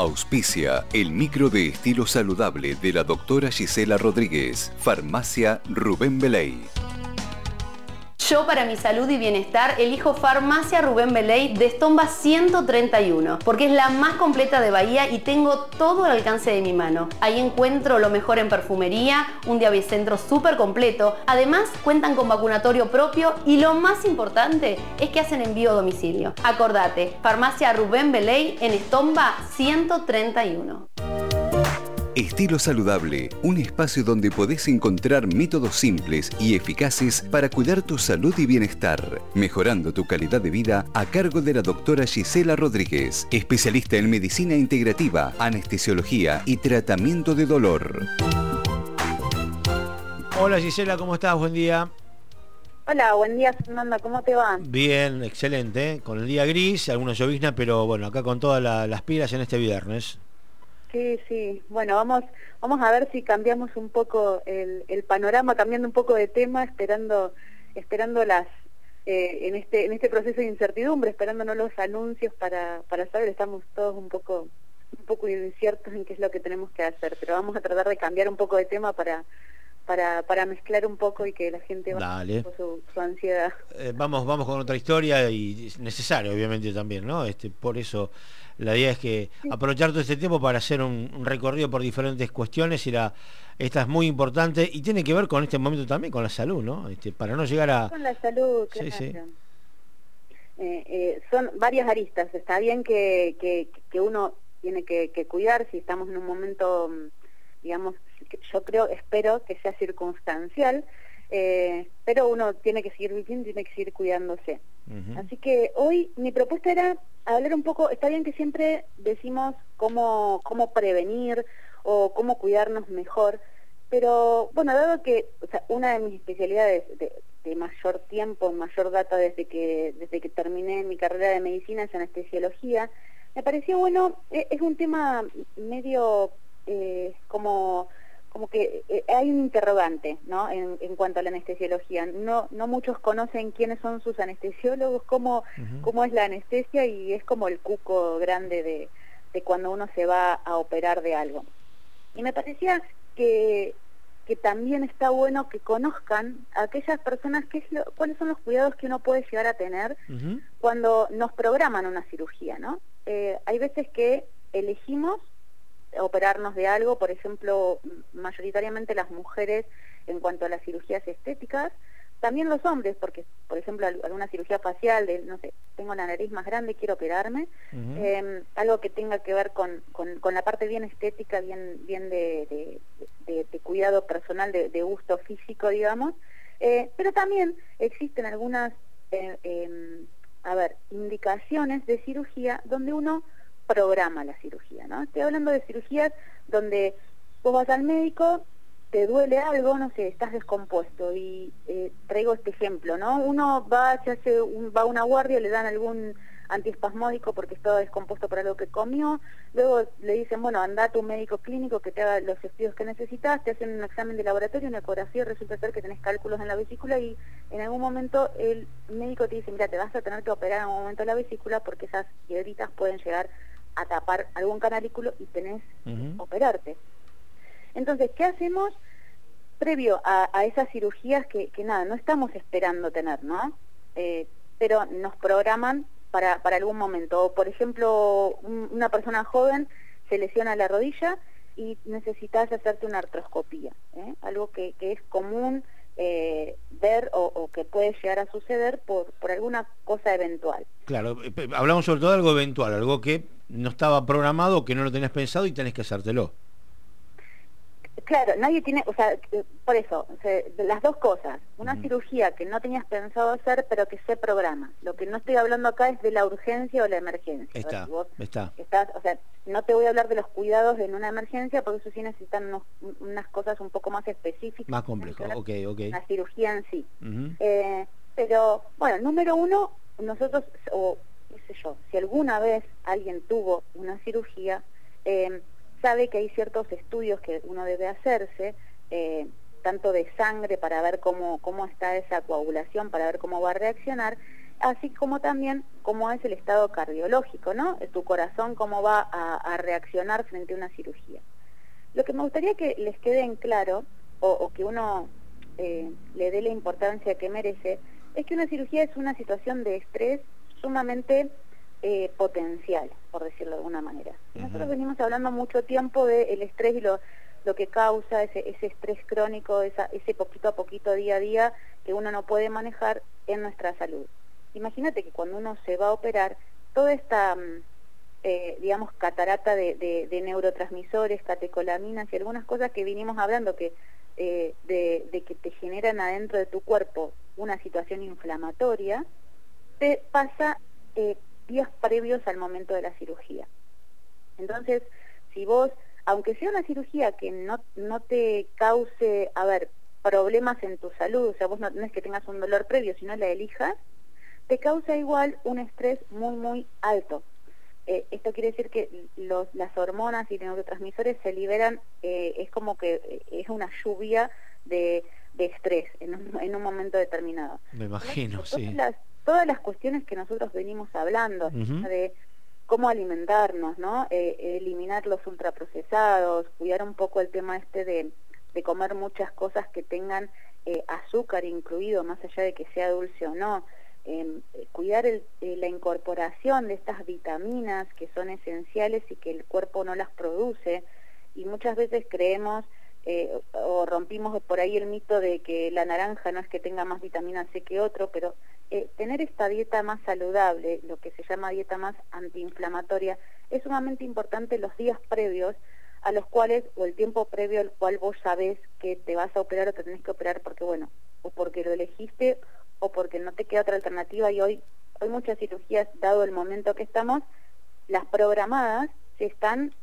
Auspicia el micro de estilo saludable de la doctora Gisela Rodríguez. Farmacia Rubén Belay. Yo para mi salud y bienestar elijo Farmacia Rubén Belay de Estomba 131 porque es la más completa de Bahía y tengo todo al alcance de mi mano. Ahí encuentro lo mejor en perfumería, un diabicentro súper completo. Además cuentan con vacunatorio propio y lo más importante es que hacen envío a domicilio. Acordate, Farmacia Rubén Belay en Estomba 131. Estilo Saludable, un espacio donde podés encontrar métodos simples y eficaces para cuidar tu salud y bienestar, mejorando tu calidad de vida a cargo de la doctora Gisela Rodríguez, especialista en medicina integrativa, anestesiología y tratamiento de dolor. Hola Gisela, ¿cómo estás? Buen día. Hola, buen día Fernanda, ¿cómo te va? Bien, excelente, con el día gris, alguna llovizna, pero bueno, acá con todas las pilas en este viernes. Sí, bueno, vamos a ver si cambiamos un poco el panorama, cambiando un poco de tema, esperando las en este proceso de incertidumbre, esperándonos los anuncios para saber. Estamos todos un poco inciertos en qué es lo que tenemos que hacer, pero vamos a tratar de cambiar un poco de tema para mezclar un poco y que la gente vaya con su ansiedad. Vamos con otra historia y es necesario obviamente también, ¿no? Por eso la idea es que aprovechar todo este tiempo para hacer un recorrido por diferentes cuestiones y esta es muy importante y tiene que ver con este momento también con la salud, ¿no? Para no llegar a... Con la salud, claro. Sí. Son varias aristas. Está bien que uno tiene que cuidar si estamos en un momento, digamos, espero que sea circunstancial, pero uno tiene que seguir viviendo, tiene que seguir cuidándose. Así que hoy mi propuesta era hablar un poco. Está bien que siempre decimos cómo prevenir o cómo cuidarnos mejor, pero bueno, dado que una de mis especialidades de mayor tiempo, mayor data desde que terminé mi carrera de medicina es anestesiología, me pareció bueno, es un tema medio como que hay un interrogante, ¿no? En cuanto a la anestesiología. No muchos conocen quiénes son sus anestesiólogos, cómo es la anestesia, y es como el cuco grande de cuando uno se va a operar de algo. Y me parecía que también está bueno que conozcan a aquellas personas cuáles son los cuidados que uno puede llegar a tener cuando nos programan una cirugía, ¿no? Hay veces que elegimos operarnos de algo, por ejemplo, mayoritariamente las mujeres en cuanto a las cirugías estéticas, también los hombres, porque, por ejemplo, alguna cirugía facial, no sé, tengo la nariz más grande, quiero operarme, algo que tenga que ver con la parte bien estética, bien de cuidado personal, de gusto físico, digamos, pero también existen algunas, indicaciones de cirugía donde uno programa la cirugía, ¿no? Estoy hablando de cirugías donde vos vas al médico, te duele algo, no sé, estás descompuesto, y traigo este ejemplo, ¿no? Uno va a una guardia, le dan algún antiespasmódico porque estaba descompuesto por algo que comió, luego le dicen, bueno, anda a tu médico clínico que te haga los estudios que necesitas, te hacen un examen de laboratorio, una ecografía, y resulta ser que tenés cálculos en la vesícula, y en algún momento el médico te dice, mira, te vas a tener que operar en un momento la vesícula porque esas piedritas pueden llegar a tapar algún canalículo y tenés que operarte. Entonces, ¿qué hacemos previo a esas cirugías que nada, no estamos esperando tener, ¿no? Pero nos programan para algún momento. O, por ejemplo, una persona joven se lesiona la rodilla y necesitas hacerte una artroscopía, algo que es común ver o que puede llegar a suceder por alguna cosa eventual. Claro, hablamos sobre todo de algo eventual, algo que no estaba programado, que no lo tenías pensado y tenés que hacértelo. Claro, nadie tiene, por eso, las dos cosas, una cirugía que no tenías pensado hacer, pero que se programa. Lo que no estoy hablando acá es de la urgencia o la emergencia. Está. No te voy a hablar de los cuidados en una emergencia, porque eso sí necesitan unas cosas un poco más específicas. Más complejo, ok. La cirugía en sí. Pero, bueno, número uno, nosotros, o qué sé yo, si alguna vez alguien tuvo una cirugía, sabe que hay ciertos estudios que uno debe hacerse, tanto de sangre para ver cómo está esa coagulación, para ver cómo va a reaccionar, así como también cómo es el estado cardiológico, ¿no? Tu corazón, cómo va a reaccionar frente a una cirugía. Lo que me gustaría que les quede en claro, o que uno le dé la importancia que merece, es que una cirugía es una situación de estrés sumamente potencial, por decirlo de alguna manera. Nosotros venimos hablando mucho tiempo del estrés y lo que causa ese estrés crónico, ese poquito a poquito, día a día, que uno no puede manejar en nuestra salud. Imagínate que cuando uno se va a operar, toda esta, digamos, catarata de neurotransmisores, catecolaminas y algunas cosas que vinimos hablando que de que te generan adentro de tu cuerpo una situación inflamatoria, te pasa días previos al momento de la cirugía. Entonces, si vos, aunque sea una cirugía que no te cause, problemas en tu salud, o sea, vos no es que tengas un dolor previo, sino la elijas, te causa igual un estrés muy, muy alto. Esto quiere decir que las hormonas y neurotransmisores se liberan, es como que es una lluvia de estrés en un momento determinado. Me imagino, sí. Todas las cuestiones que nosotros venimos hablando, de cómo alimentarnos, ¿no? Eliminar los ultraprocesados, cuidar un poco el tema de comer muchas cosas que tengan azúcar incluido, más allá de que sea dulce o no, cuidar la incorporación de estas vitaminas que son esenciales y que el cuerpo no las produce, y muchas veces creemos o rompimos por ahí el mito de que la naranja no es que tenga más vitamina C que otro, pero tener esta dieta más saludable, lo que se llama dieta más antiinflamatoria, es sumamente importante los días previos a los cuales, o el tiempo previo al cual vos sabés que te vas a operar o te tenés que operar porque, bueno, o porque lo elegiste o porque no te queda otra alternativa, y hoy muchas cirugías, dado el momento que estamos, las programadas se están,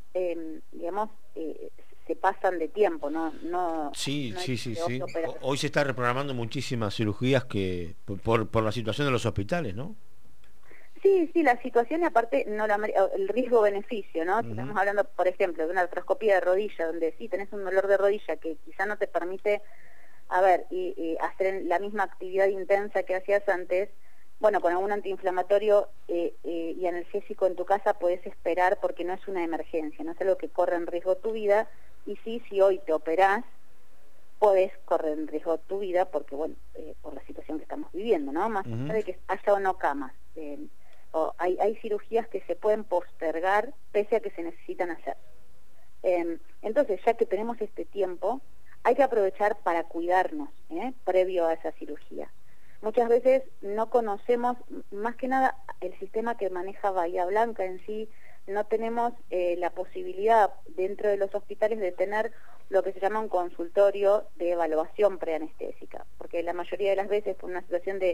se pasan de tiempo, Sí. Hoy se está reprogramando muchísimas cirugías que por la situación de los hospitales, ¿no? Sí, la situación, y aparte el riesgo-beneficio, ¿no? Si estamos hablando, por ejemplo, de una artroscopía de rodilla, donde sí tenés un dolor de rodilla que quizá no te permite y hacer la misma actividad intensa que hacías antes, bueno, con algún antiinflamatorio y analgésico en tu casa podés esperar, porque no es una emergencia, no es algo que corre en riesgo tu vida. Y sí, si hoy te operás, podés correr en riesgo tu vida, porque, bueno, por la situación que estamos viviendo, ¿no? Más allá de que haya o no camas. Hay cirugías que se pueden postergar pese a que se necesitan hacer. Entonces, ya que tenemos este tiempo, hay que aprovechar para cuidarnos, previo a esa cirugía. Muchas veces no conocemos, más que nada, el sistema que maneja Bahía Blanca en sí. No tenemos la posibilidad dentro de los hospitales de tener lo que se llama un consultorio de evaluación preanestésica, porque la mayoría de las veces, por una situación de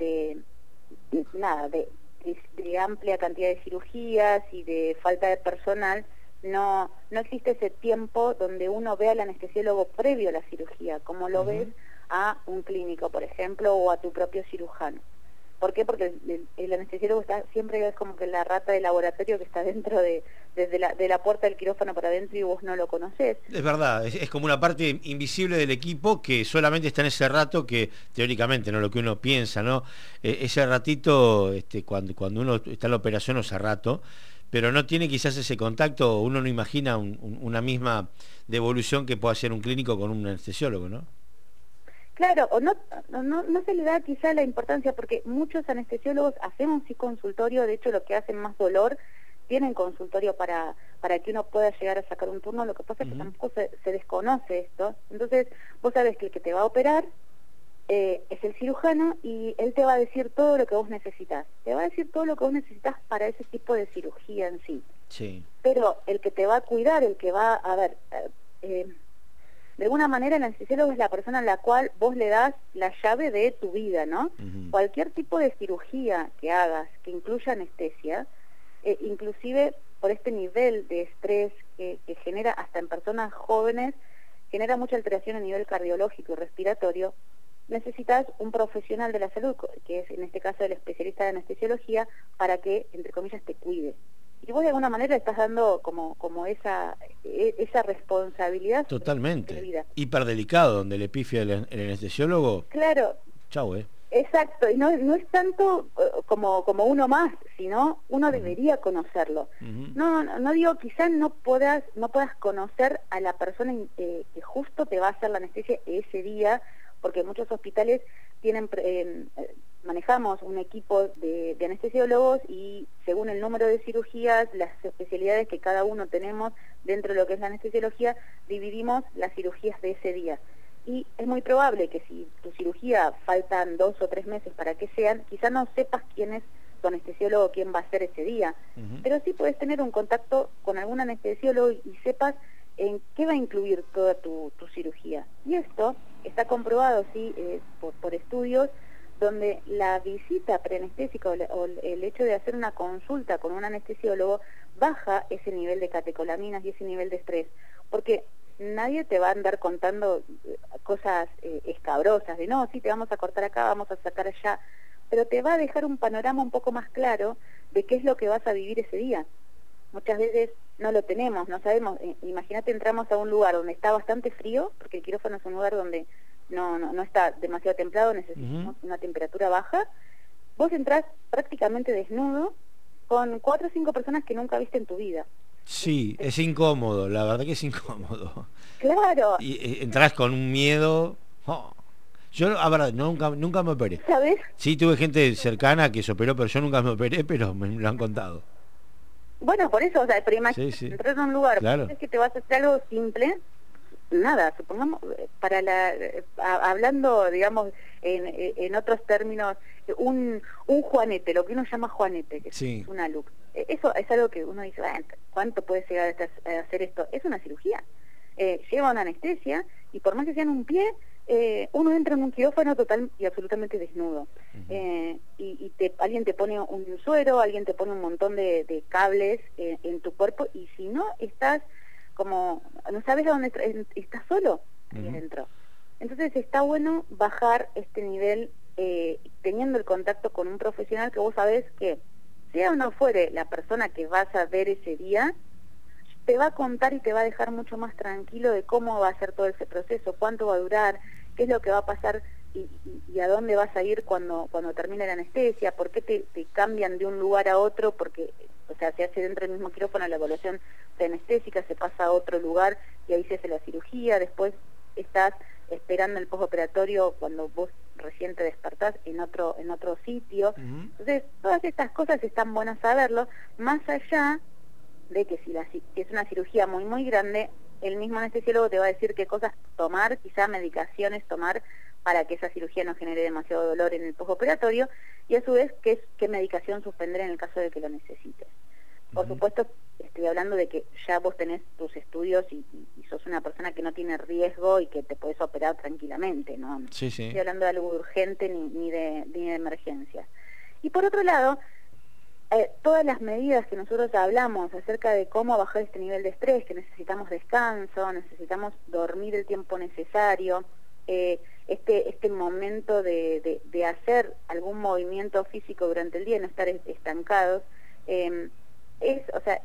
amplia cantidad de cirugías y de falta de personal, no existe ese tiempo donde uno ve al anestesiólogo previo a la cirugía, como lo ves a un clínico, por ejemplo, o a tu propio cirujano. ¿Por qué? Porque el anestesiólogo siempre es como que la rata de laboratorio que está dentro desde la puerta del quirófano para adentro, y vos no lo conocés. Es verdad, es como una parte invisible del equipo que solamente está en ese rato, que teóricamente, no lo que uno piensa, ¿no? Ese ratito, cuando uno está en la operación, o ese rato, pero no tiene quizás ese contacto, uno no imagina una misma devolución que pueda hacer un clínico con un anestesiólogo, ¿no? Claro, o no se le da quizá la importancia, porque muchos anestesiólogos hacemos sí consultorio, de hecho lo que hacen más dolor, tienen consultorio para que uno pueda llegar a sacar un turno. Lo que pasa es que tampoco se desconoce esto. Entonces, vos sabés que el que te va a operar es el cirujano, y él te va a decir todo lo que vos necesitas. Te va a decir todo lo que vos necesitas para ese tipo de cirugía en sí. Sí. Pero el que te va a cuidar, el que va de alguna manera el anestesiólogo es la persona a la cual vos le das la llave de tu vida, ¿no? Cualquier tipo de cirugía que hagas, que incluya anestesia, inclusive por este nivel de estrés que genera hasta en personas jóvenes, genera mucha alteración a nivel cardiológico y respiratorio, necesitas un profesional de la salud, que es en este caso el especialista de anestesiología, para que, entre comillas, te cuide. Y vos de alguna manera estás dando como esa responsabilidad. Totalmente. Hiperdelicado, donde le pifia el anestesiólogo. Claro. Chau, Exacto, y no es tanto como uno más, sino uno debería conocerlo. No digo, quizás no puedas conocer a la persona que justo te va a hacer la anestesia ese día, porque muchos hospitales manejamos un equipo de anestesiólogos y según el número de cirugías, las especialidades que cada uno tenemos dentro de lo que es la anestesiología, dividimos las cirugías de ese día. Y es muy probable que si tu cirugía faltan 2 o 3 meses para que sean, quizás no sepas quién es tu anestesiólogo, quién va a ser ese día, pero sí puedes tener un contacto con algún anestesiólogo y sepas en qué va a incluir toda tu cirugía. Y esto está comprobado, sí, por estudios, donde la visita preanestésica o el hecho de hacer una consulta con un anestesiólogo baja ese nivel de catecolaminas y ese nivel de estrés, porque nadie te va a andar contando cosas escabrosas, de no, sí, te vamos a cortar acá, vamos a sacar allá, pero te va a dejar un panorama un poco más claro de qué es lo que vas a vivir ese día. Muchas veces no lo tenemos, no sabemos. Imagínate, entramos a un lugar donde está bastante frío, porque el quirófano es un lugar donde no está demasiado templado, necesitamos una temperatura baja. Vos entrás prácticamente desnudo con 4 o 5 personas que nunca viste en tu vida. Sí, es incómodo, la verdad que es incómodo. Claro. Y entras con un miedo. Yo, a ver, nunca me operé. ¿Sabes? Sí, tuve gente cercana que se operó, pero yo nunca me operé, pero me lo han contado. Bueno, por eso, o sea, pero imagínate, Sí. entrar a un lugar, Claro. es que te vas a hacer algo simple, nada, supongamos, hablando, digamos, en otros términos, un juanete, lo que uno llama juanete, que Sí. es una LUC. Eso es algo que uno dice, ¿cuánto puede llegar a hacer esto? Es una cirugía. Lleva una anestesia y por más que sea en un pie, uno entra en un quirófano total y absolutamente desnudo. Y alguien te pone un suero, alguien te pone un montón de cables en tu cuerpo, y si no estás como, no sabes a dónde estás solo ahí adentro. Entonces está bueno bajar este nivel teniendo el contacto con un profesional que vos sabés que, sea o no fuere la persona que vas a ver ese día, te va a contar y te va a dejar mucho más tranquilo de cómo va a ser todo ese proceso, cuánto va a durar, qué es lo que va a pasar y a dónde vas a ir cuando termine la anestesia, por qué te cambian de un lugar a otro, porque, o sea, se hace dentro del mismo quirófano la evaluación anestésica, se pasa a otro lugar y ahí se hace la cirugía, después estás esperando el postoperatorio cuando vos recién te despertás en otro sitio. Entonces, todas estas cosas están buenas saberlo, más allá de que si es una cirugía muy, muy grande, el mismo anestesiólogo te va a decir qué cosas tomar, quizá medicaciones tomar para que esa cirugía no genere demasiado dolor en el postoperatorio, y a su vez qué medicación suspender en el caso de que lo necesites. Por supuesto, estoy hablando de que ya vos tenés tus estudios y sos una persona que no tiene riesgo y que te podés operar tranquilamente, ¿no? Sí. Estoy hablando de algo urgente ni de emergencia. Y por otro lado, todas las medidas que nosotros hablamos acerca de cómo bajar este nivel de estrés, que necesitamos descanso, necesitamos dormir el tiempo necesario, este momento de hacer algún movimiento físico durante el día y no estar estancados, es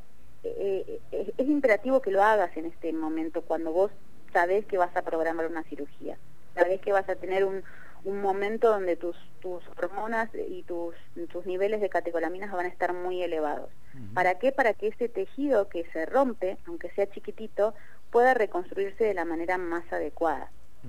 imperativo que lo hagas en este momento cuando vos sabés que vas a programar una cirugía, sabés que vas a tener un momento donde tus hormonas y tus niveles de catecolaminas van a estar muy elevados. ¿Para qué? Para que ese tejido que se rompe, aunque sea chiquitito, pueda reconstruirse de la manera más adecuada.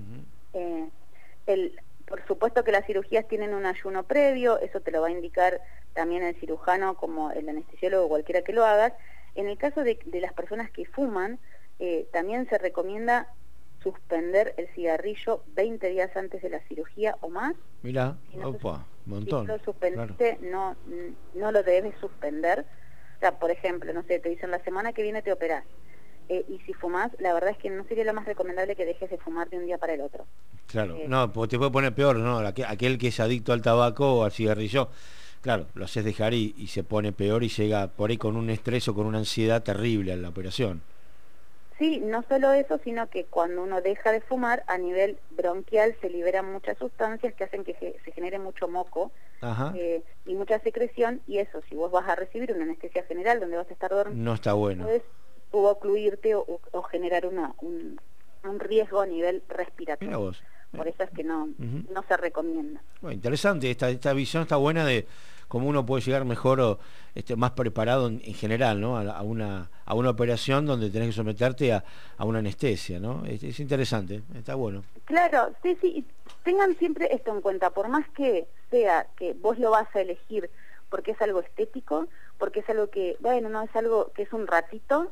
Por supuesto que las cirugías tienen un ayuno previo, eso te lo va a indicar también el cirujano como el anestesiólogo, cualquiera que lo hagas. En el caso de las personas que fuman, también se recomienda suspender el cigarrillo 20 días antes de la cirugía o más. Mirá, Si no un montón. Si lo suspendiste, claro, no lo debes suspender. O sea, por ejemplo, no sé, te dicen la semana que viene te operás. Y si fumás, la verdad es que no sería lo más recomendable que dejes de fumar de un día para el otro. Claro, no, porque te puede poner peor, ¿no? Aquel que es adicto al tabaco o al cigarrillo, claro, lo haces dejar y se pone peor y llega por ahí con un estrés o con una ansiedad terrible a la operación. Sí, no solo eso, sino que cuando uno deja de fumar, a nivel bronquial se liberan muchas sustancias que hacen que se genere mucho moco y mucha secreción, y eso, si vos vas a recibir una anestesia general donde vas a estar dormido, no está bueno. Puedes ocluirte o generar un riesgo a nivel respiratorio. Mira vos. Por eso es que no se recomienda. Bueno, interesante, esta visión está buena de cómo uno puede llegar mejor o más preparado en general, ¿no? a una operación donde tenés que someterte a una anestesia, ¿no? Es interesante, está bueno. Claro, sí, tengan siempre esto en cuenta, por más que sea que vos lo vas a elegir porque es algo estético, porque es algo que, bueno, no es algo que es un ratito,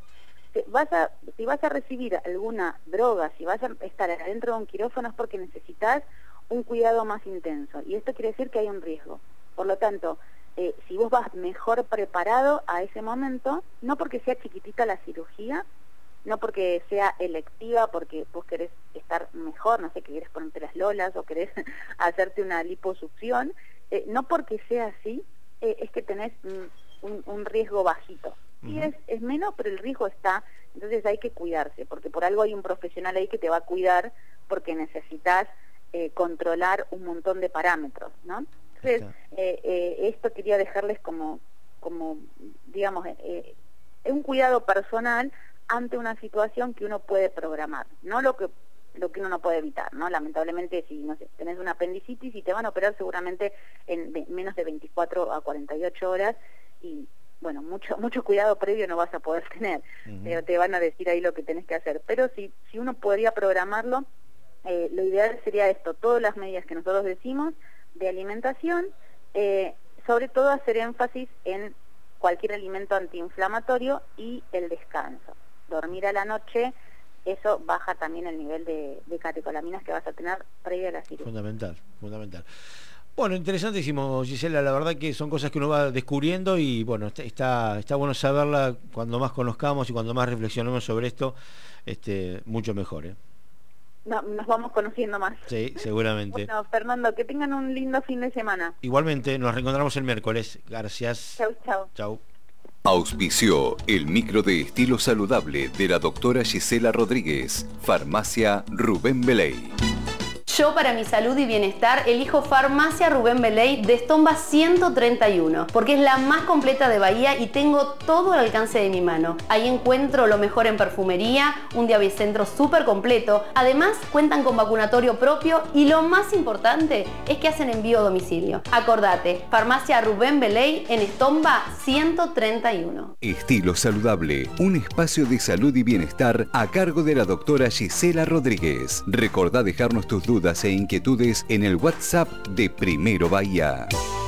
si vas a recibir alguna droga, si vas a estar adentro de un quirófano es porque necesitas un cuidado más intenso, y esto quiere decir que hay un riesgo. Por lo tanto, si vos vas mejor preparado a ese momento, no porque sea chiquitita la cirugía, no porque sea electiva, porque vos querés estar mejor, no sé, que querés ponerte las lolas o querés hacerte una liposucción, no porque sea así, es que tenés un riesgo bajito. Sí, es menos, pero el riesgo está, entonces hay que cuidarse, porque por algo hay un profesional ahí que te va a cuidar, porque necesitas controlar un montón de parámetros, ¿no? Entonces, esto quería dejarles como digamos, un cuidado personal ante una situación que uno puede programar, no lo que uno no puede evitar, ¿no? Lamentablemente, si no sé, tenés una apendicitis y te van a operar seguramente en menos de 24 a 48 horas y bueno, mucho cuidado previo no vas a poder tener, pero te van a decir ahí lo que tenés que hacer. Pero si uno podría programarlo, lo ideal sería esto, todas las medidas que nosotros decimos de alimentación, sobre todo hacer énfasis en cualquier alimento antiinflamatorio y el descanso. Dormir a la noche, eso baja también el nivel de catecolaminas que vas a tener previa a la cirugía. Fundamental. Bueno, interesantísimo, Gisela, la verdad que son cosas que uno va descubriendo y bueno, está bueno saberla. Cuando más conozcamos y cuando más reflexionemos sobre esto, mucho mejor, No, nos vamos conociendo más. Sí, seguramente. Bueno, Fernando, que tengan un lindo fin de semana. Igualmente, nos reencontramos el miércoles. Gracias. Chau. Auspició el micro de estilo saludable de la doctora Gisela Rodríguez, Farmacia Rubén Beley. Yo para mi salud y bienestar elijo Farmacia Rubén Beley de Estomba 131 porque es la más completa de Bahía y tengo todo al alcance de mi mano. Ahí encuentro lo mejor en perfumería, un diabicentro súper completo, además cuentan con vacunatorio propio y lo más importante es que hacen envío a domicilio. Acordate, Farmacia Rubén Beley en Estomba 131. Estilo saludable, un espacio de salud y bienestar a cargo de la doctora Gisela Rodríguez. Recordá dejarnos tus dudas e inquietudes en el WhatsApp de Primero Bahía.